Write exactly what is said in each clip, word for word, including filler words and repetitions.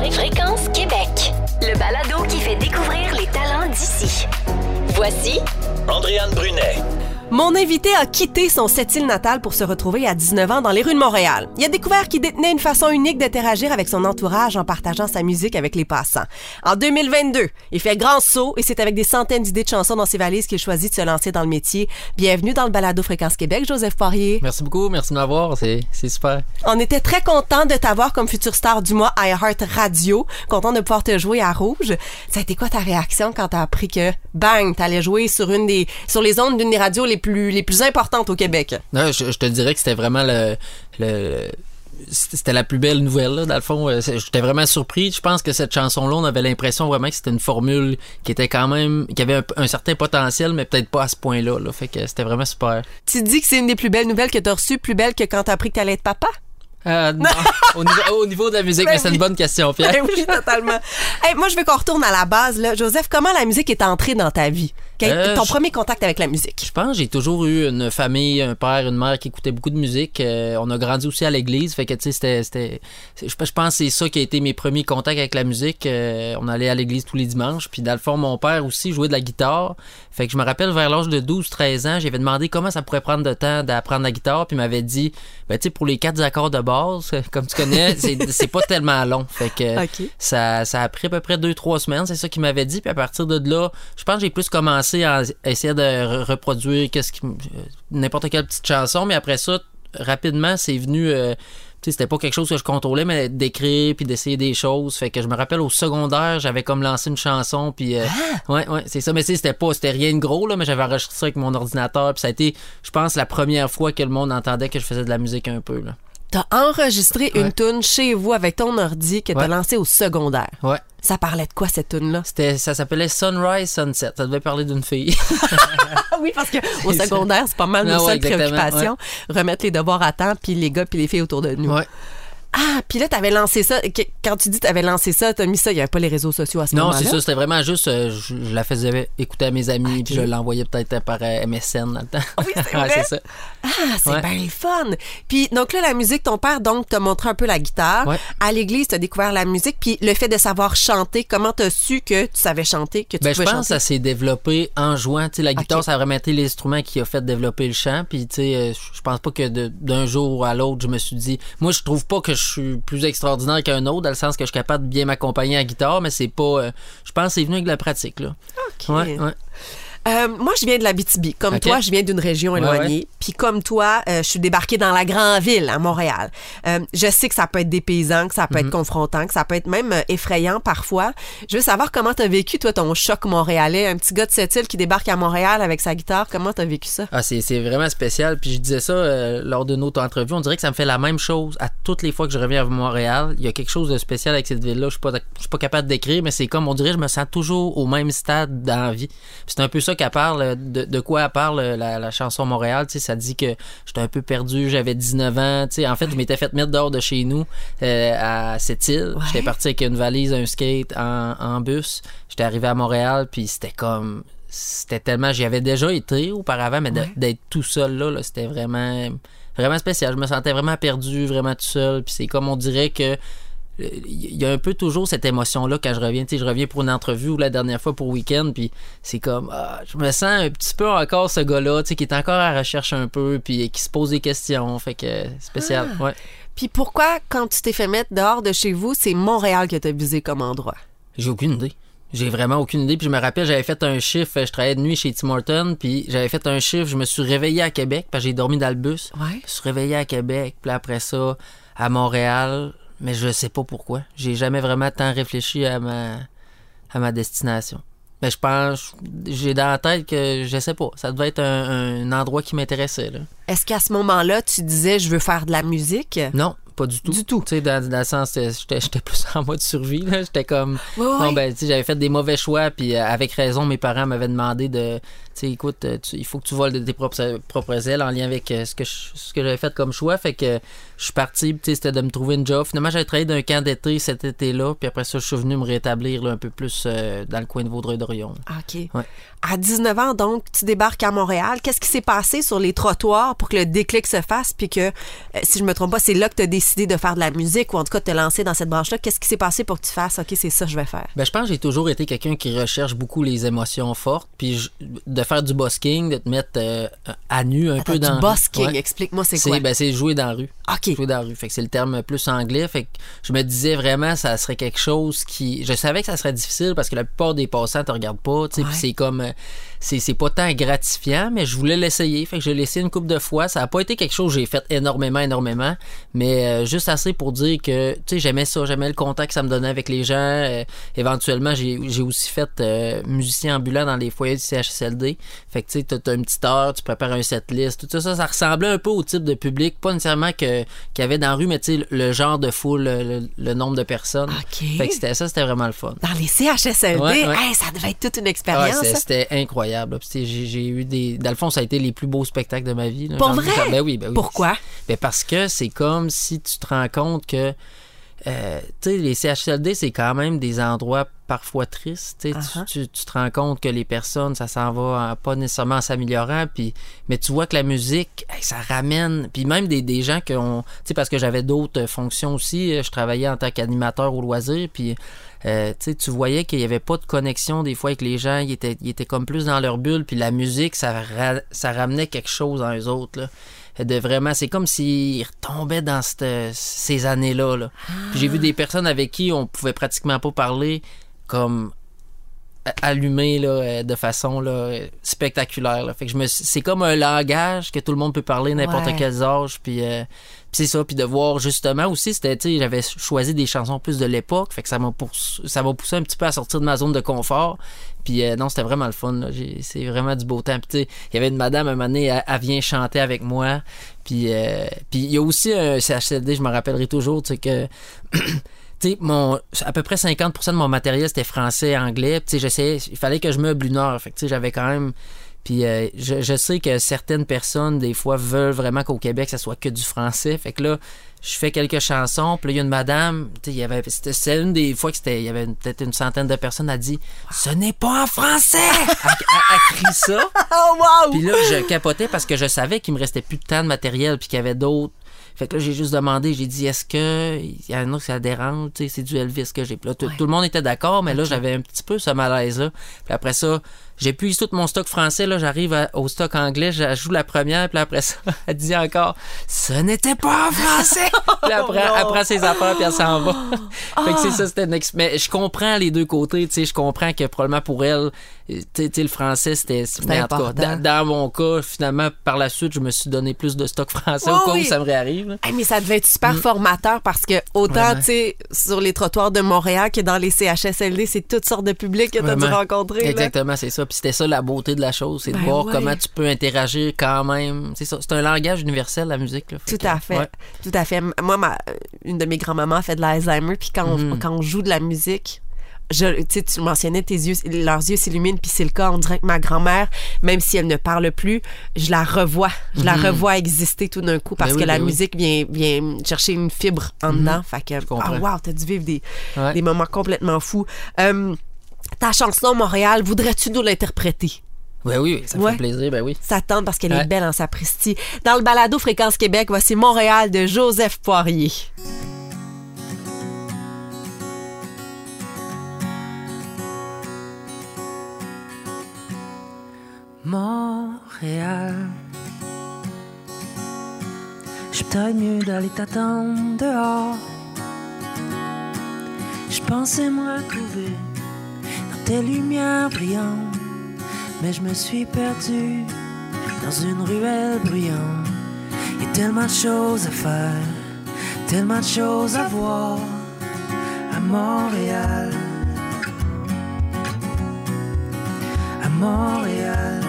C'est Fréquence Québec, le balado qui fait découvrir les talents d'ici. Voici Andréane Brunet. Mon invité a quitté son sept-îles natal pour se retrouver à dix-neuf ans dans les rues de Montréal. Il a découvert qu'il détenait une façon unique d'interagir avec son entourage en partageant sa musique avec les passants. En deux mille vingt-deux, il fait grand saut et c'est avec des centaines d'idées de chansons dans ses valises qu'il choisit de se lancer dans le métier. Bienvenue dans le balado Fréquence Québec, Joseph Poirier. Merci beaucoup, merci de m'avoir, c'est, c'est super. On était très contents de t'avoir comme future star du mois iHeart Radio. Content de pouvoir te jouer à Rouge. Ça a été quoi ta réaction quand t'as appris que, bang, t'allais jouer sur une des, sur les ondes d'une des radios les plus, les plus importantes au Québec? Non, je, je te dirais que c'était vraiment le, le c'était la plus belle nouvelle, là, dans le fond. J'étais vraiment surpris. Je pense que cette chanson-là, on avait l'impression vraiment que c'était une formule qui était quand même, qui avait un, un certain potentiel, mais peut-être pas à ce point-là, là. Fait que c'était vraiment super. Tu dis que c'est une des plus belles nouvelles que t'as reçues, plus belle que quand t'as appris que t'allais être papa? Euh, non, au, niveau, au niveau de la musique, ben mais c'est oui. Une bonne question, Pierre. Ben oui, totalement. Hey, moi, je veux qu'on retourne à la base, là. Joseph, comment la musique est entrée dans ta vie? Quel, euh, ton je, premier contact avec la musique? Je pense que j'ai toujours eu une famille, un père, une mère qui écoutait beaucoup de musique. Euh, on a grandi aussi à l'église, fait que tu sais, c'était, c'était, je, je pense que c'est ça qui a été mes premiers contacts avec la musique. Euh, on allait à l'église tous les dimanches, puis dans le fond, mon père aussi jouait de la guitare. Fait que je me rappelle vers l'âge de douze treize ans, j'avais demandé comment ça pourrait prendre de temps d'apprendre la guitare, puis il m'avait dit, ben tu sais, pour les quatre accords de base, comme tu connais, c'est, c'est pas tellement long. Fait que okay. ça, ça a pris à peu près deux trois semaines, c'est ça qu'il m'avait dit, puis à partir de là, je pense que j'ai plus commencé à essayer de re- reproduire qu'est-ce qui, n'importe quelle petite chanson, mais après ça, rapidement, c'est venu... Euh, tu sais, c'était pas quelque chose que je contrôlais, mais d'écrire puis d'essayer des choses. Fait que je me rappelle au secondaire, j'avais comme lancé une chanson puis euh, ah! ouais ouais, c'est ça, mais tu sais, c'était pas c'était rien de gros là, mais j'avais enregistré ça avec mon ordinateur puis ça a été, je pense, la première fois que le monde entendait que je faisais de la musique un peu là. T'as enregistré ouais. une toune chez vous avec ton ordi que t'as ouais. lancé au secondaire. Ouais. Ça parlait de quoi, cette toune-là? C'était, ça s'appelait Sunrise Sunset. Ça devait parler d'une fille. Oui, parce qu'au secondaire, c'est pas mal nos seules préoccupations. Ouais. Remettre les devoirs à temps, puis les gars, puis les filles autour de nous. Ouais. Ah, puis là, t'avais lancé ça. Quand tu dis t'avais lancé ça, t'as mis ça, il n'y avait pas les réseaux sociaux à ce non, moment-là? Non, c'est ça. C'était vraiment juste, euh, je, je la faisais écouter à mes amis, okay. Puis je l'envoyais peut-être par euh, M S N dans le temps. Oui, c'est vrai? Ouais, c'est ça. Ah, c'est ouais. bien le fun. Puis donc là, la musique, ton père, donc, t'a montré un peu la guitare. Ouais. À l'église, t'as découvert la musique. Puis le fait de savoir chanter, comment t'as su que tu savais chanter, que tu ben, pouvais chanter? Je pense que ça s'est développé en jouant. T'sais, la guitare, okay. Ça a vraiment été l'instrument qui a fait développer le chant. Puis, tu sais, je pense pas que de, d'un jour à l'autre, je me suis dit... Moi, je trouve pas que je suis plus extraordinaire qu'un autre, dans le sens que je suis capable de bien m'accompagner à la guitare, mais c'est pas... Euh, je pense que c'est venu avec la pratique, là. OK. Ouais, ouais. Euh, moi, je viens de l'Abitibi. Comme okay. toi, je viens d'une région éloignée. Ouais, ouais. Puis comme toi, euh, je suis débarquée dans la grande ville, à Montréal. Euh, je sais que ça peut être dépaysant, que ça peut mm-hmm. être confrontant, que ça peut être même euh, effrayant parfois. Je veux savoir comment t'as vécu, toi, ton choc montréalais. Un petit gars de cette île qui débarque à Montréal avec sa guitare. Comment t'as vécu ça? Ah, c'est, c'est vraiment spécial. Puis je disais ça euh, lors de notre entrevue. On dirait que ça me fait la même chose à toutes les fois que je reviens à Montréal. Il y a quelque chose de spécial avec cette ville-là. Je suis pas, je suis pas capable de décrire, mais c'est comme, on dirait, je me sens toujours au même stade dans la vie. Puis c'est un peu ça qu'elle parle. De, de quoi elle parle, la, la chanson Montréal, tu sais, ça dit que j'étais un peu perdu, j'avais dix-neuf ans, tu sais, en fait, je m'étais fait mettre dehors de chez nous euh, à Sept-Îles. Ouais. J'étais parti avec une valise, un skate en, en bus. J'étais arrivé à Montréal, puis c'était comme... C'était tellement... J'y avais déjà été auparavant, mais de, ouais. d'être tout seul là, là, c'était vraiment... Vraiment spécial. Je me sentais vraiment perdu, vraiment tout seul, puis c'est comme on dirait que il y a un peu toujours cette émotion-là quand je reviens. Tu sais, je reviens pour une entrevue ou la dernière fois pour Week-end, puis c'est comme, ah, je me sens un petit peu encore ce gars-là, tu sais, qui est encore à la recherche un peu, puis qui se pose des questions. Fait que spécial, ah. ouais. Puis pourquoi, quand tu t'es fait mettre dehors de chez vous, c'est Montréal que t'as visé comme endroit? J'ai aucune idée. J'ai vraiment aucune idée. Puis je me rappelle, j'avais fait un chiffre, je travaillais de nuit chez Tim Hortons, puis j'avais fait un chiffre, je me suis réveillé à Québec, parce que j'ai dormi dans le bus. Ouais. Je me suis réveillé à Québec, puis après ça, à Montréal... Mais je sais pas pourquoi. J'ai jamais vraiment tant réfléchi à ma, à ma destination. Mais je pense, j'ai dans la tête que, je sais pas, ça devait être un, un endroit qui m'intéressait, là. Est-ce qu'à ce moment-là, tu disais, je veux faire de la musique? Non, pas du tout. Du tout. Tu sais, dans, dans le sens, j'étais, j'étais plus en mode survie, là. J'étais comme, oui, bon, oui. ben, tu sais, j'avais fait des mauvais choix, puis euh, avec raison, mes parents m'avaient demandé de, tu sais, écoute, tu, il faut que tu voles de tes propres, propres ailes en lien avec euh, ce que je, ce que j'avais fait comme choix. Fait que je suis parti, tu sais, c'était de me trouver une job. Finalement, j'avais travaillé d'un camp d'été cet été-là, puis après ça, je suis venu me rétablir là, un peu plus euh, dans le coin de Vaudreuil-Dorion. OK. Ouais. À dix-neuf ans, donc, tu débarques à Montréal. Qu'est-ce qui s'est passé sur les trottoirs pour que le déclic se fasse, puis que, euh, si je me trompe pas, c'est là que tu as décidé de faire de la musique, ou en tout cas de te lancer dans cette branche-là. Qu'est-ce qui s'est passé pour que tu fasses, OK, c'est ça que je vais faire? Ben, je pense que j'ai toujours été quelqu'un qui recherche beaucoup les émotions fortes, puis je, de faire du busking, de te mettre euh, à nu un Attends, peu dans... du busking, ouais. explique-moi c'est, c'est quoi? Ben, c'est jouer dans la rue. OK. Jouer dans la rue. Fait que c'est le terme plus anglais. Fait que je me disais vraiment, ça serait quelque chose qui... Je savais que ça serait difficile parce que la plupart des passants te regardent pas, tu sais, puis c'est comme... C'est, c'est pas tant gratifiant, mais je voulais l'essayer. Fait que j'ai laissé une couple de fois. Ça a pas été quelque chose que j'ai fait énormément, énormément, mais euh, juste assez pour dire que, tu sais, j'aimais ça, j'aimais le contact que ça me donnait avec les gens. Euh, éventuellement, j'ai, j'ai aussi fait euh, musicien ambulant dans les foyers du C H S L D. Fait que, tu sais, t'as, t'as une petite heure, tu prépares un setlist, tout ça, ça, ça ressemblait un peu au type de public, pas nécessairement que, qu'il y avait dans la rue, mais tu sais, le genre de foule, le, le nombre de personnes. OK. Fait que c'était ça, c'était vraiment le fun. Dans les C H S L D, Ouais, ouais. Hey, ça devait être toute une expérience. Ouais, c'était incroyable. J'ai, j'ai eu des... Dans le fond, ça a été les plus beaux spectacles de ma vie. Là. Pour J'en vrai? dis... ben oui, ben oui. Pourquoi? Ben parce que c'est comme si tu te rends compte que euh, tu sais, les C H S L D, c'est quand même des endroits parfois tristes. Uh-huh. Tu, tu, tu te rends compte que les personnes, ça s'en va en, pas nécessairement en s'améliorant, puis, mais tu vois que la musique, hey, ça ramène. Puis même des, des gens qui ont... Tu sais, parce que j'avais d'autres fonctions aussi. Je travaillais en tant qu'animateur au loisir, puis... Euh, tu voyais qu'il n'y avait pas de connexion des fois avec les gens, ils étaient, ils étaient comme plus dans leur bulle, puis la musique, ça, ra- ça ramenait quelque chose dans eux autres. Là. De vraiment, c'est comme s'ils retombaient dans cette, ces années-là. Là. Puis j'ai vu des personnes avec qui on pouvait pratiquement pas parler comme allumées là, de façon là, spectaculaire. Là. Fait que je me, c'est comme un langage que tout le monde peut parler n'importe ouais. quel âge, puis... Euh, Puis c'est ça, puis de voir justement aussi, c'était, tu sais, j'avais choisi des chansons plus de l'époque, fait que ça m'a, poussé, ça m'a poussé un petit peu à sortir de ma zone de confort. Puis euh, non, c'était vraiment le fun, là. J'ai, c'est vraiment du beau temps. Puis tu sais, il y avait une madame, un moment donné, elle, elle vient chanter avec moi. Puis euh, puis il y a aussi un C H S L D, je me rappellerai toujours, tu sais, que... Tu sais, mon, à peu près cinquante pour cent de mon matériel, c'était français, anglais. Tu sais, j'essayais, il fallait que je meuble une heure. Fait que tu sais, j'avais quand même... Puis euh, je, je sais que certaines personnes, des fois, veulent vraiment qu'au Québec, ça soit que du français. Fait que là, je fais quelques chansons. Puis là, il y a une madame, tu sais, il y avait, c'était, c'était une des fois que c'était, il y avait une, peut-être une centaine de personnes, elle a dit « Ce n'est pas en français! » Elle, elle, elle crie ça. Oh, wow! Puis là, je capotais parce que je savais qu'il me restait plus de temps de matériel puis qu'il y avait d'autres. Fait que là, j'ai juste demandé, j'ai dit, est-ce que il y en a que ça dérange, tu sais, c'est du Elvis que j'ai. Puis là, tout, ouais. tout le monde était d'accord, mais là, okay. j'avais un petit peu ce malaise-là. Puis après ça, j'ai pu tout mon stock français, là, j'arrive à, au stock anglais, je joue la première, puis après ça, elle dit encore, ce n'était pas en français! Puis après, oh, après ses affaires, puis elle s'en va. Fait que c'est ça, c'était une ex... Mais je comprends les deux côtés, tu sais, je comprends que probablement pour elle, tu sais, le français, c'était... c'était mais en tout cas, dans, dans mon cas, finalement, par la suite, je me suis donné plus de stock français oh, au cas oui. où ça me réarrive. Hey, mais ça devait être super mm. formateur parce que autant, tu sais, sur les trottoirs de Montréal que dans les C H S L D, c'est toutes sortes de publics que tu as dû rencontrer. Exactement, là. c'est ça. Puis c'était ça la beauté de la chose, c'est ben de voir ouais. comment tu peux interagir quand même. C'est ça, c'est un langage universel, la musique. Là. Tout que, à fait. Ouais. Tout à fait. Moi, ma, une de mes grand-mamans fait de l'Alzheimer, puis quand, mm. on, quand on joue de la musique, je, tu mentionnais tes yeux, leurs yeux s'illuminent, puis c'est le cas. On dirait que ma grand-mère, même si elle ne parle plus, je la revois. Je mm-hmm. la revois exister tout d'un coup parce ben oui, que la ben musique oui. vient, vient chercher une fibre en mm-hmm. dedans. Fait que, ah, wow, t'as dû vivre des, ouais. des moments complètement fous. Euh, ta chanson Montréal, voudrais-tu nous l'interpréter? Oui, oui, ça me ouais. fait plaisir, ben oui. Ça tente parce qu'elle ouais. est belle en sapristi. Dans le balado Fréquence Québec, voici Montréal de Joseph Poirier. Montréal, je peut-être mieux d'aller t'attendre dehors. Je pensais me retrouver dans tes lumières brillantes, mais je me suis perdu dans une ruelle bruyante. Il y a tellement de choses à faire, tellement de choses à voir à Montréal. À Montréal.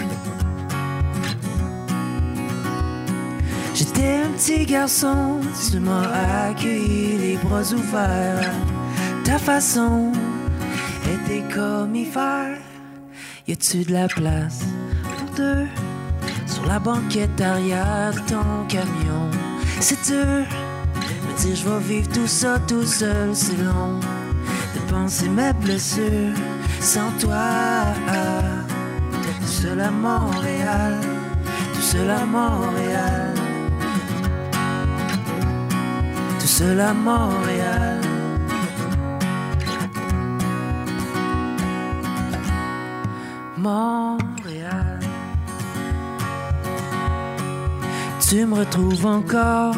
J'étais un petit garçon, tu m'as accueilli les bras ouverts. Ta façon était comifère. Y a-tu de la place pour deux sur la banquette arrière de ton camion? C'est dur, me dire je vais vivre tout ça tout seul, c'est long de penser mes blessures sans toi. Tout seul à Montréal, tout seul à Montréal, tout seul à Montréal. Montréal, tu me retrouves encore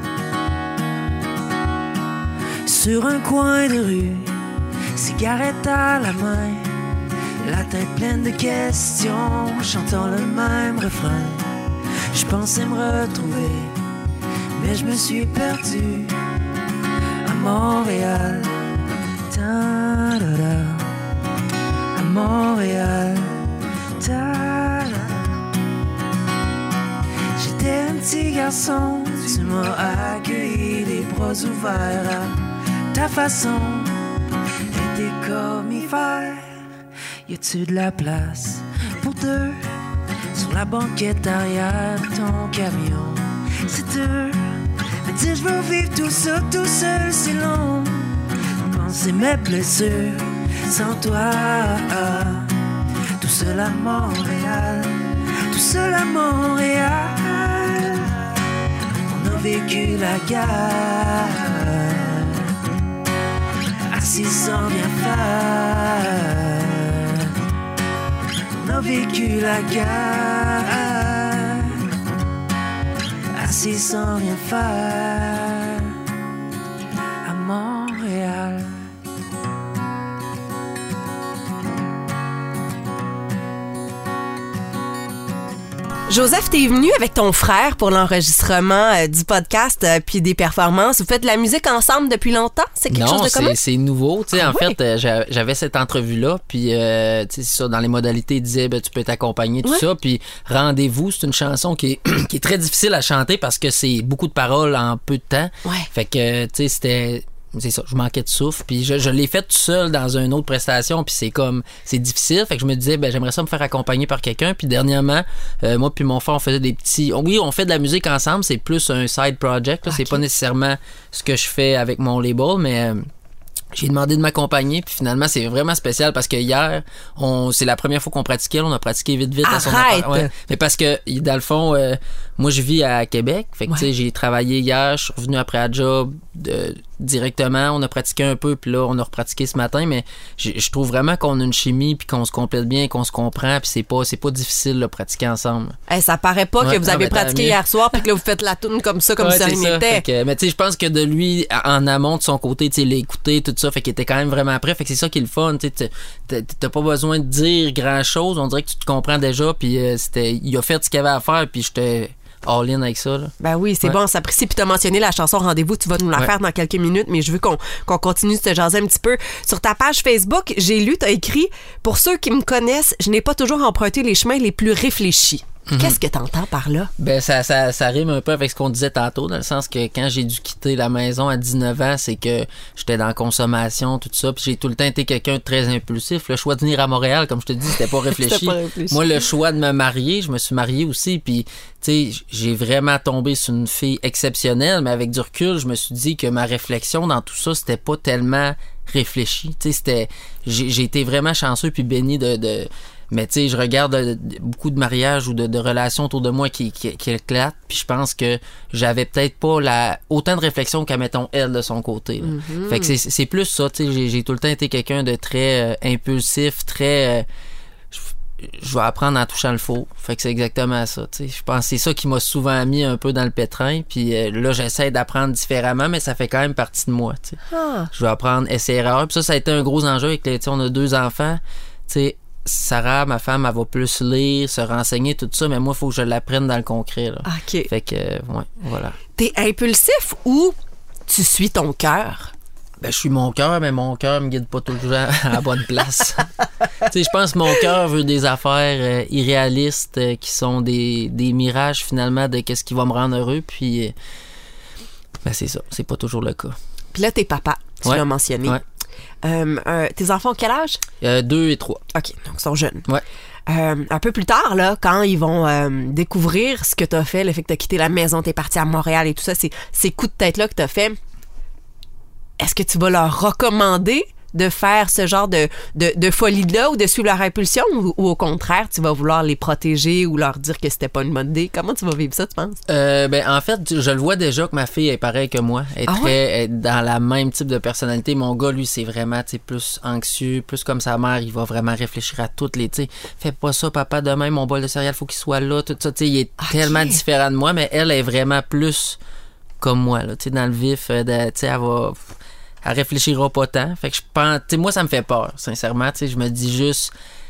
sur un coin de rue, cigarette à la main, la tête pleine de questions, chantant le même refrain. Je pensais me retrouver, mais je me suis perdu à Montréal. Ta-da-da. À Montréal. Ta-da. J'étais un petit garçon, tu m'as accueilli les bras ouverts à ta façon. Et des comifères, y a-tu de la place pour deux sur la banquette arrière de ton camion? C'est dur, me dire je veux vivre tout ça tout seul, c'est long. Penser mes blessures sans toi. Tout seul à Montréal, tout seul à Montréal. On a vécu la guerre, assis sans rien faire. On a vécu la guerre, assis sans rien faire à Montréal. Joseph, t'es venu avec ton frère pour l'enregistrement euh, du podcast euh, puis des performances. Vous faites de la musique ensemble depuis longtemps? C'est quelque non, chose de commun? Non, c'est, c'est nouveau. Tu sais, ah, en oui? fait, euh, j'avais cette entrevue-là, puis euh, tu sais, c'est ça, dans les modalités, il disait, ben, tu peux t'accompagner, tout oui. ça. Puis Rendez-vous, c'est une chanson qui est, qui est très difficile à chanter parce que c'est beaucoup de paroles en peu de temps. Ouais. Fait que, tu sais, c'était... C'est ça, je manquais de souffle. Puis je, je l'ai fait tout seul dans une autre prestation, puis c'est comme, c'est difficile. Fait que je me disais, ben j'aimerais ça me faire accompagner par quelqu'un. Puis dernièrement, euh, moi puis mon frère, on faisait des petits... Oui, on fait de la musique ensemble, c'est plus un side project. Là. Okay. C'est pas nécessairement ce que je fais avec mon label, mais... Euh, j'ai demandé de m'accompagner, puis finalement, c'est vraiment spécial parce que hier, on, c'est la première fois qu'on pratiquait. Là, on a pratiqué vite, vite Arrête. à son appart. Ouais. Mais parce que, dans le fond, euh, moi, je vis à Québec. Fait que, ouais. tu sais, j'ai travaillé hier, je suis revenu après la job de, directement. On a pratiqué un peu, puis là, on a repratiqué ce matin. Mais je trouve vraiment qu'on a une chimie, puis qu'on se complète bien, qu'on se comprend, puis c'est pas, c'est pas difficile de pratiquer ensemble. Hey, ça paraît pas ouais, que vous avez non, pratiqué hier soir, puis que là, vous faites la toune comme ça, comme ouais, si ça rien n'était. Mais tu sais, je pense que de lui, en amont de son côté, tu sais, l'écouter, tout ça, fait qu'il était quand même vraiment prêt. Fait que c'est ça qui est le fun. Tu sais, t'as pas besoin de dire grand chose. On dirait que tu te comprends déjà. Puis euh, c'était, il a fait ce qu'il avait à faire. Puis j'étais all-in avec ça. Là. Ben oui, c'est ouais. bon. Ça apprécie. Puis t'as mentionné la chanson Rendez-vous. Tu vas nous la ouais. faire dans quelques minutes. Mais je veux qu'on, qu'on continue de te jaser un petit peu. Sur ta page Facebook, j'ai lu, t'as écrit « Pour ceux qui me connaissent, je n'ai pas toujours emprunté les chemins les plus réfléchis. » Mm-hmm. Qu'est-ce que t'entends par là? Ben ça, ça, ça rime un peu avec ce qu'on disait tantôt, dans le sens que quand j'ai dû quitter la maison à dix-neuf ans, c'est que j'étais dans la consommation, tout ça, puis j'ai tout le temps été quelqu'un de très impulsif. Le choix de venir à Montréal, comme je te dis, c'était pas réfléchi. c'était pas réfléchi. Moi, le choix de me marier, je me suis marié aussi, puis tu sais, j'ai vraiment tombé sur une fille exceptionnelle, mais avec du recul, je me suis dit que ma réflexion dans tout ça, c'était pas tellement réfléchi. Tu sais, c'était... J'ai, j'ai été vraiment chanceux puis béni de... de mais tu sais, je regarde de, de, beaucoup de mariages ou de, de relations autour de moi qui, qui, qui éclatent, puis je pense que j'avais peut-être pas la autant de réflexion qu'à, mettons, elle de son côté. Mm-hmm. Fait que c'est, c'est plus ça, tu sais, j'ai, j'ai tout le temps été quelqu'un de très euh, impulsif, très... Euh, je, je vais apprendre en touchant le faux. Fait que c'est exactement ça, tu sais. Je pense que c'est ça qui m'a souvent mis un peu dans le pétrin, puis euh, là, j'essaie d'apprendre différemment, mais ça fait quand même partie de moi, tu sais. Ah. Je vais apprendre essai-erreur, puis ça, ça a été un gros enjeu avec les... Tu sais, on a deux enfants, tu sais. Sarah, ma femme, elle va plus lire, se renseigner, tout ça, mais moi, il faut que je l'apprenne dans le concret. Là. OK. Fait que, euh, ouais, voilà. T'es impulsif ou tu suis ton cœur? Ben, je suis mon cœur, mais mon cœur me guide pas toujours à la bonne place. Tu sais, je pense que mon cœur veut des affaires euh, irréalistes euh, qui sont des, des mirages, finalement, de qu'est-ce qui va me rendre heureux, puis, euh, ben, c'est ça, c'est pas toujours le cas. Puis là, t'es papa, tu ouais. l'as mentionné. Ouais. Euh, euh, tes enfants ont quel âge? Euh, deux et trois. OK, donc ils sont jeunes. Ouais. euh, un peu plus tard, là, quand ils vont euh, découvrir ce que tu as fait, le fait que tu as quitté la maison, tu es parti à Montréal et tout ça, ces, ces coups de tête-là que tu as fait, est-ce que tu vas leur recommander de faire ce genre de, de, de folie-là ou de suivre leur impulsion ou, ou au contraire, tu vas vouloir les protéger ou leur dire que c'était pas une bonne idée? Comment tu vas vivre ça, tu penses? Euh, ben, en fait, je le vois déjà que ma fille est pareille que moi. Elle est, Ah très, ouais? elle est dans la même type de personnalité. Mon gars, lui, c'est vraiment plus anxieux, plus comme sa mère. Il va vraiment réfléchir à toutes les... T'sais, fais pas ça, papa, demain, mon bol de céréales, faut qu'il soit là. Tout ça, t'sais, il est Okay. tellement différent de moi, mais elle est vraiment plus comme moi, là, dans le vif. De, t'sais, elle va... Elle réfléchira pas tant. Fait que je pense, tu sais, moi, ça me fait peur, sincèrement. Tu sais, je me dis juste,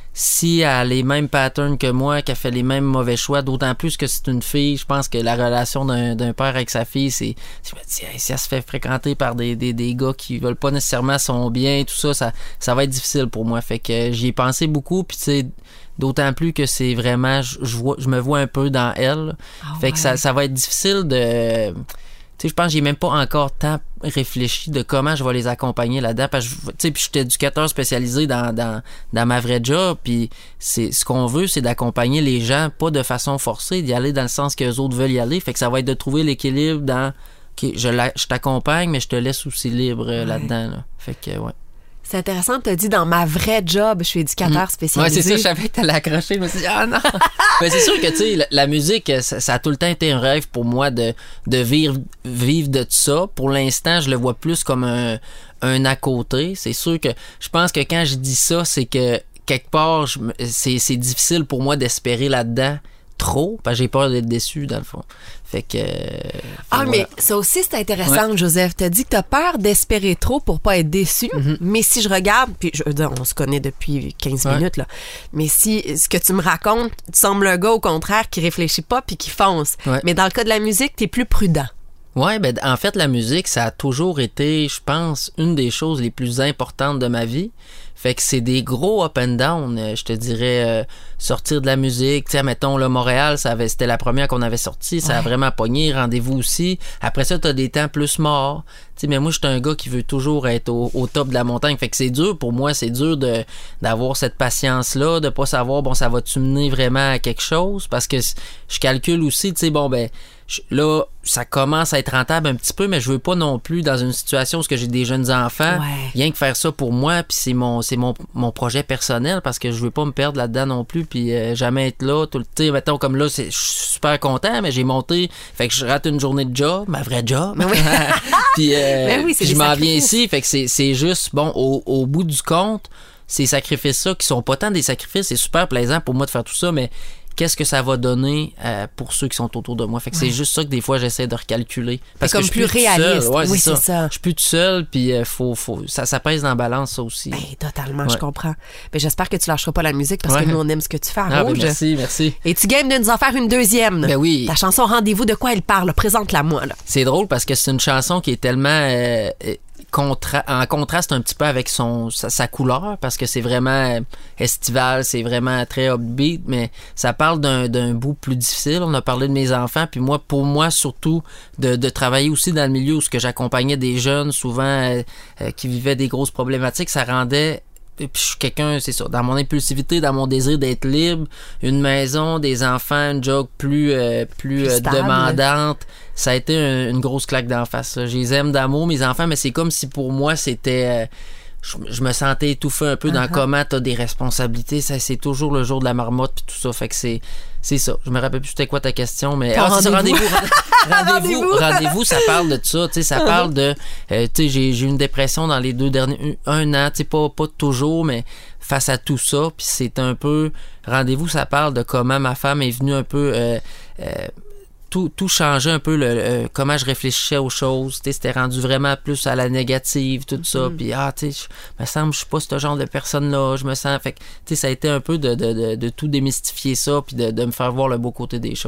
si elle a les mêmes patterns que moi, qu'elle fait les mêmes mauvais choix, d'autant plus que c'est une fille, je pense que la relation d'un, d'un père avec sa fille, c'est, je me dis, hey, si elle se fait fréquenter par des, des, des gars qui veulent pas nécessairement son bien, tout ça, ça, ça va être difficile pour moi. Fait que j'y ai pensé beaucoup, puis tu sais, d'autant plus que c'est vraiment, je, je, vois, je me vois un peu dans elle. Ah fait ouais. que ça, ça va être difficile de... Tu sais, je pense que j'ai même pas encore tant réfléchi de comment je vais les accompagner là-dedans. Parce que, tu sais, puis je suis éducateur spécialisé dans, dans, dans ma vraie job. Puis c'est, ce qu'on veut, c'est d'accompagner les gens, pas de façon forcée, d'y aller dans le sens que les autres veulent y aller. Fait que ça va être de trouver l'équilibre dans, OK, je, la, je t'accompagne, mais je te laisse aussi libre euh, ouais. là-dedans. Là. Fait que, ouais. C'est intéressant, tu as dit dans ma vraie job, je suis éducateur spécialisé. Ouais, c'est ça, je savais que t'allais accrocher. Je me suis dit, ah non! Mais c'est sûr que, tu sais, la, la musique, ça, ça a tout le temps été un rêve pour moi de, de vivre, vivre de ça. Pour l'instant, je le vois plus comme un, un à côté. C'est sûr que je pense que quand je dis ça, c'est que quelque part, je, c'est, c'est difficile pour moi d'espérer là-dedans trop, parce que j'ai peur d'être déçu, dans le fond. Fait que... Fait ah, voilà. mais ça aussi, c'est intéressant, ouais. Joseph. T'as dit que t'as peur d'espérer trop pour pas être déçu, mm-hmm. mais si je regarde, puis je veux dire, on se connaît depuis quinze ouais. minutes, là, mais si ce que tu me racontes, tu sembles un gars, au contraire, qui réfléchit pas puis qui fonce. Ouais. Mais dans le cas de la musique, t'es plus prudent. Oui, ben en fait, la musique, ça a toujours été, je pense, une des choses les plus importantes de ma vie. Fait que c'est des gros up and down, euh, je te dirais, euh, sortir de la musique. Tu sais, mettons, là, Montréal, ça avait, c'était la première qu'on avait sortie, ça ouais. a vraiment pogné, Rendez-vous aussi. Après ça, t'as des temps plus morts. Tu sais, mais moi, je suis un gars qui veut toujours être au, au top de la montagne. Fait que c'est dur pour moi, c'est dur de d'avoir cette patience-là, de pas savoir, bon, ça va-tu mener vraiment à quelque chose? Parce que je calcule aussi, tu sais, bon, ben, je, là, ça commence à être rentable un petit peu, mais je veux pas non plus dans une situation où j'ai des jeunes enfants, ouais. rien que faire ça pour moi, puis c'est mon c'est mon, mon projet personnel, parce que je veux pas me perdre là-dedans non plus, puis euh, jamais être là tout le temps. Mettons, comme là, c'est, je suis super content, mais j'ai monté, fait que je rate une journée de job, ma vraie job, oui. puis euh, oui, je m'en viens ici, fait que c'est, c'est juste, bon, au, au bout du compte, ces sacrifices-là, qui sont pas tant des sacrifices, c'est super plaisant pour moi de faire tout ça, mais qu'est-ce que ça va donner euh, pour ceux qui sont autour de moi. Fait que ouais. c'est juste ça que des fois, j'essaie de recalculer. Parce c'est que comme je plus réaliste. Ouais, oui, c'est, c'est ça. ça. Je suis plus tout seul, puis euh, faut, faut, ça, ça pèse dans la balance, ça aussi. Ben, totalement, ouais. je comprends. Ben, j'espère que tu lâcheras pas la musique parce ouais. que nous, on aime ce que tu fais à ah, Rouge. Ben, merci, merci. Et tu gagnes de nous en faire une deuxième. Ben oui. Ta chanson Rendez-vous, de quoi elle parle? Présente-la moi, là. C'est drôle parce que c'est une chanson qui est tellement... Euh, Contra- en contraste un petit peu avec son sa, sa couleur, parce que c'est vraiment estival, c'est vraiment très upbeat, mais ça parle d'un, d'un bout plus difficile. On a parlé de mes enfants, puis moi, pour moi, surtout, de, de travailler aussi dans le milieu où ce que j'accompagnais des jeunes, souvent euh, euh, qui vivaient des grosses problématiques, ça rendait... Puis je suis quelqu'un, c'est ça, dans mon impulsivité, dans mon désir d'être libre, une maison, des enfants, une job plus euh, plus, plus euh, demandante, ça a été un, une grosse claque d'en face. Là. Je les aime d'amour, mes enfants, mais c'est comme si pour moi, c'était... Euh, je, je me sentais étouffé un peu uh-huh. dans comment t'as des responsabilités. Ça, c'est toujours le jour de la marmotte puis tout ça. Fait que c'est, c'est ça. Je me rappelle plus c'était quoi ta question, mais... Ah, c'est rendez-vous. Ça, rendez-vous. rendez-vous. Rendez-vous, ça parle de ça. Tu sais, ça parle de... Euh, tu sais, j'ai, j'ai eu une dépression dans les deux derniers... Un an, tu sais, pas, pas toujours, mais face à tout ça. Puis c'est un peu... Rendez-vous, ça parle de comment ma femme est venue un peu... Euh, euh, Tout, tout changeait un peu le, euh, comment je réfléchissais aux choses. T'sais, c'était rendu vraiment plus à la négative, tout ça. Puis, ah, tu sais, me semble je suis pas ce genre de personne-là. Je me sens. Fait que, tu sais, ça a été un peu de, de, de, de tout démystifier ça, puis de, de me faire voir le beau côté des choses.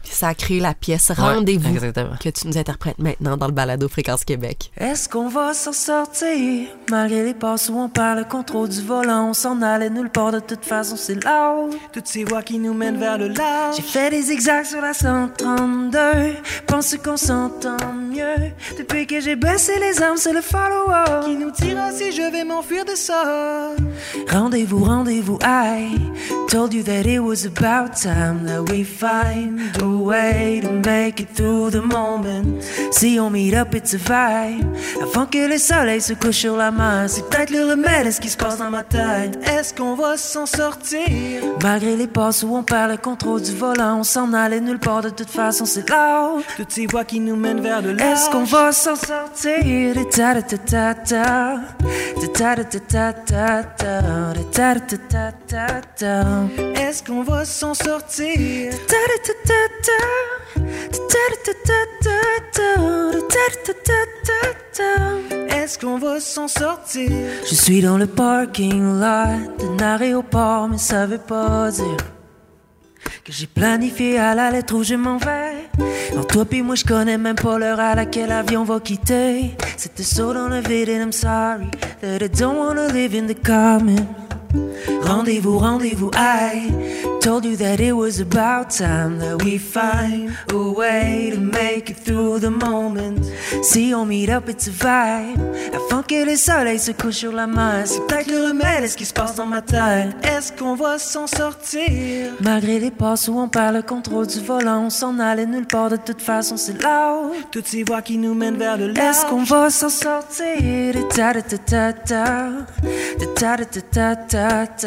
Ça a créé la pièce Rendez-vous ouais, exactement. que tu nous interprètes maintenant dans le balado Fréquence Québec. Est-ce qu'on va s'en sortir? Malgré les passes où on perd le contrôle du volant, on s'en allait nulle part, de toute façon c'est là. Toutes ces voies qui nous mènent vers le large. J'ai fait des zigzags sur la cent trente-deux, pense qu'on s'entend mieux. Depuis que j'ai baissé les armes, c'est le follow-up qui nous tira si je vais m'enfuir de ça. Rendez-vous, rendez-vous, I told you that it was about time that we find a way to make it through the moment. Si on meet up, it's a vibe. Avant que le soleil se couche sur la mer, c'est peut-être le remède à ce qui se passe dans ma tête. Est-ce qu'on va s'en sortir? Malgré les passes où on perd le contrôle du volant, on s'en allait nulle part, de toute façon c'est là. Toutes ces voies qui nous mènent vers le large. Est-ce qu'on va s'en sortir? Ta ta ta ta ta ta ta ta ta ta ta ta ta. Est-ce qu'on va s'en sortir? Ta ta ta ta ta ta ta ta ta. Est-ce qu'on va s'en sortir? Je suis dans le parking lot d'un aéroport, mais ça veut pas dire que j'ai planifié à la lettre où je m'en vais. Alors toi pis moi je connais même pas l'heure à laquelle l'avion va quitter. C'était saut dans le vide and I'm sorry that I don't wanna live in the comment. Rendez-vous, rendez-vous, I told you that it was about time that we find a way to make it through the moment. Si on meet up, it's a vibe. Avant que le soleil se couche sur la mer, c'est peut-être le remède à ce qui se passe dans ma tête. Est-ce qu'on va s'en sortir? Malgré les passes où on perd le contrôle du volant, on s'en allait nulle part, de toute façon c'est là. Toutes ces voies qui nous mènent vers le large. Est-ce qu'on va s'en sortir? Ta ta ta ta ta ta ta ta.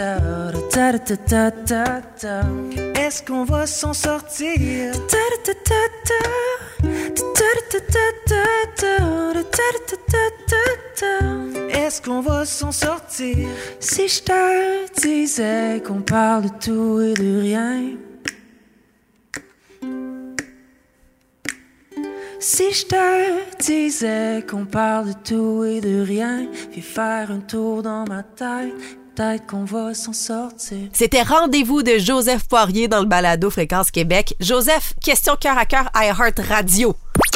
Est-ce qu'on va s'en sortir? Est-ce qu'on va s'en sortir? Si je te disais qu'on parle de tout et de rien, si je te disais qu'on parle de tout et de rien, puis faire un tour dans ma tête, peut-être qu'on va s'en sortir. C'était Rendez-vous de Joseph Poirier dans le balado Fréquence Québec. Joseph, question cœur à cœur iHeart Radio.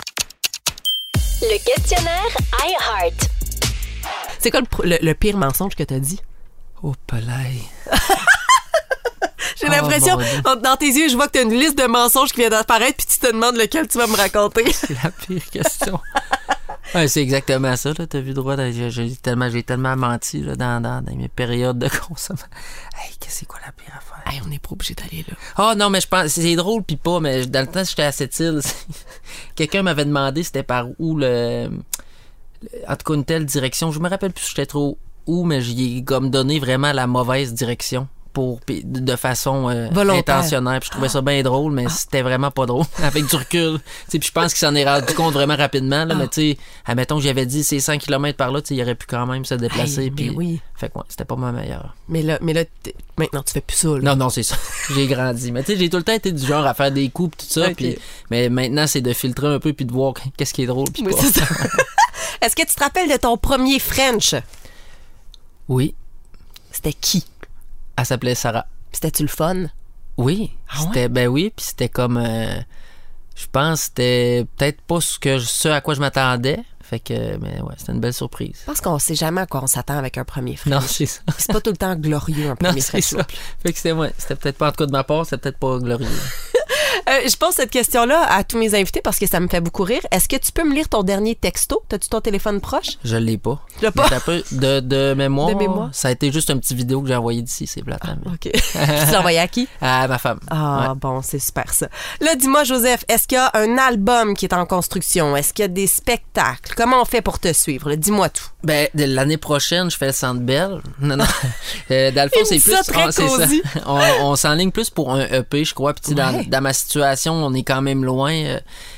Le questionnaire iHeart. C'est quoi le, le, le pire mensonge que t'as dit? Oh, palais. J'ai oh, l'impression, dans tes yeux, je vois que t'as une liste de mensonges qui vient d'apparaître, puis tu te demandes lequel tu vas me raconter. C'est la pire question. Ouais, c'est exactement ça, là. T'as vu droit, j'ai, j'ai, tellement, j'ai tellement menti là, dans, dans, dans mes périodes de consommation. Hey, qu'est-ce que c'est quoi la pire affaire? Hey, on n'est pas obligé d'aller là. Oh non, mais je pense, c'est drôle pis pas, mais dans le temps, j'étais à cette île. Quelqu'un m'avait demandé c'était par où le, le. En tout cas, une telle direction. Je me rappelle plus si j'étais trop où, mais j'ai comme donné vraiment la mauvaise direction. Pour, de façon euh, intentionnelle. Puis je trouvais ça bien drôle, mais ah. c'était vraiment pas drôle. Avec du recul. Puis je pense qu'il s'en est rendu compte vraiment rapidement. Là, ah. Mais tu sais, admettons que j'avais dit c'est cent kilomètres par là, il aurait pu quand même se déplacer. Hey, puis, oui. Fait que ouais, c'était pas ma meilleure. Mais là, mais là maintenant, tu fais plus ça. Là. Non, non, c'est ça. J'ai grandi. Mais tu sais, j'ai tout le temps été du genre à faire des coups pis tout ça. Okay. Pis, mais maintenant, c'est de filtrer un peu puis de voir qu'est-ce qui est drôle. Puis oui, pas. C'est ça. Est-ce que tu te rappelles de ton premier French? Oui. C'était qui? Elle s'appelait Sarah. C'était-tu le fun? Oui. Ah c'était, ouais? Ben oui, puis c'était comme... Euh, je pense que c'était peut-être pas ce, que, ce à quoi je m'attendais. Fait que, mais ouais, c'était une belle surprise. Je pense qu'on sait jamais à quoi on s'attend avec un premier French. Non, c'est ça. C'est pas tout le temps glorieux, un premier non, French. C'est ça. Fait que c'était, ouais, c'était peut-être pas, en tout cas de ma part, c'était peut-être pas glorieux. Euh, je pose cette question-là à tous mes invités parce que ça me fait beaucoup rire. Est-ce que tu peux me lire ton dernier texto? T'as-tu ton téléphone proche? Je l'ai pas. Tu l'as pas? Un peu de, de mémoire. De mémoire. Ça a été juste un petit vidéo que j'ai envoyé d'ici, c'est plate. Ah, OK. Tu l'as envoyé à qui? À ma femme. Ah, ouais. Bon, c'est super ça. Là, dis-moi, Joseph, est-ce qu'il y a un album qui est en construction? Est-ce qu'il y a des spectacles? Comment on fait pour te suivre? Là, dis-moi tout. Ben, de l'année prochaine, je fais le Centre Bell. Non, non. Euh, dans le fond, c'est plus... Ça très on, c'est ça. On, on s'enligne plus pour un E P, je crois. Puis, ouais. dans, dans ma situation, on est quand même loin. Euh,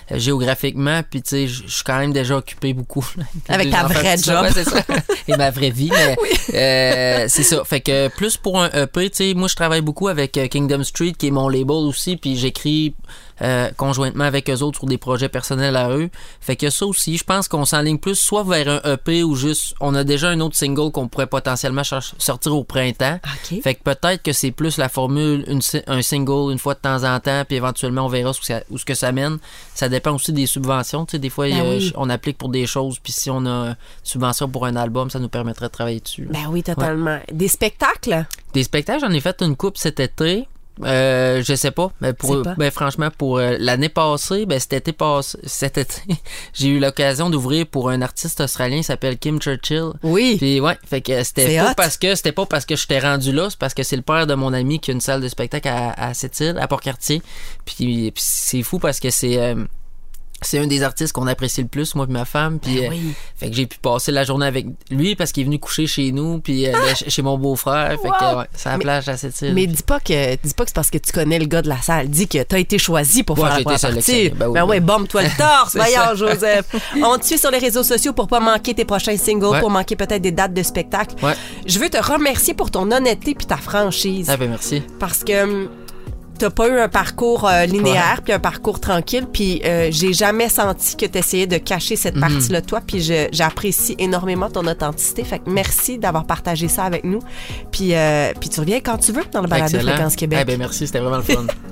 euh, géographiquement, puis tu sais, je suis quand même déjà occupé beaucoup. Avec ta vraie job. Ouais, c'est ça. Et ma vraie vie, mais oui. euh, c'est ça. Fait que plus pour un E P, tu sais, moi je travaille beaucoup avec Kingdom Street, qui est mon label aussi, puis j'écris Euh, conjointement avec eux autres sur des projets personnels à eux. Fait que ça aussi, je pense qu'on s'enligne plus soit vers un E P ou juste on a déjà un autre single qu'on pourrait potentiellement ch- sortir au printemps. Okay. Fait que peut-être que c'est plus la formule une, un single une fois de temps en temps, puis éventuellement on verra où, ça, où ce que ça mène. Ça dépend aussi des subventions. Tu sais, des fois, ben euh, oui. on applique pour des choses, puis si on a une subvention pour un album, ça nous permettrait de travailler dessus. Ben oui, totalement. Ouais. Des spectacles? Des spectacles, j'en ai fait une couple cet été. Euh, je sais pas, mais pour pas. Ben franchement pour euh, l'année passée, ben cet été passé, cet été, j'ai eu l'occasion d'ouvrir pour un artiste australien qui s'appelle Kim Churchill. Oui. Puis ouais, fait que c'était c'est pas hot. parce que c'était pas parce que j'étais rendu là, c'est parce que c'est le père de mon ami qui a une salle de spectacle à, à Sept-Îles, à Port-Cartier. Puis, puis c'est fou parce que c'est euh, c'est un des artistes qu'on apprécie le plus, moi et ma femme. Puis, ben oui. euh, fait que j'ai pu passer la journée avec lui parce qu'il est venu coucher chez nous, puis euh, ah! chez mon beau-frère. Fait wow! que, ouais, c'est à la plage à Sept-Îles. Mais dis pas que dis pas que c'est parce que tu connais le gars de la salle. Dis que t'as été choisi pour ouais, faire la première partie. Ben oui, ben ouais, bombe-toi le torse. Voyons, Joseph. On te suit sur les réseaux sociaux pour pas manquer tes prochains singles, ouais. pour manquer peut-être des dates de spectacle. Ouais. Je veux te remercier pour ton honnêteté puis ta franchise. Ah ben merci. Parce que t'as pas eu un parcours euh, linéaire ouais. puis un parcours tranquille, puis euh, j'ai jamais senti que t'essayais de cacher cette mm-hmm. partie-là de toi, puis je, j'apprécie énormément ton authenticité. Fait que merci d'avoir partagé ça avec nous. Puis, euh, puis tu reviens quand tu veux dans le Balado Fréquence Québec. Eh ben merci, c'était vraiment le fun.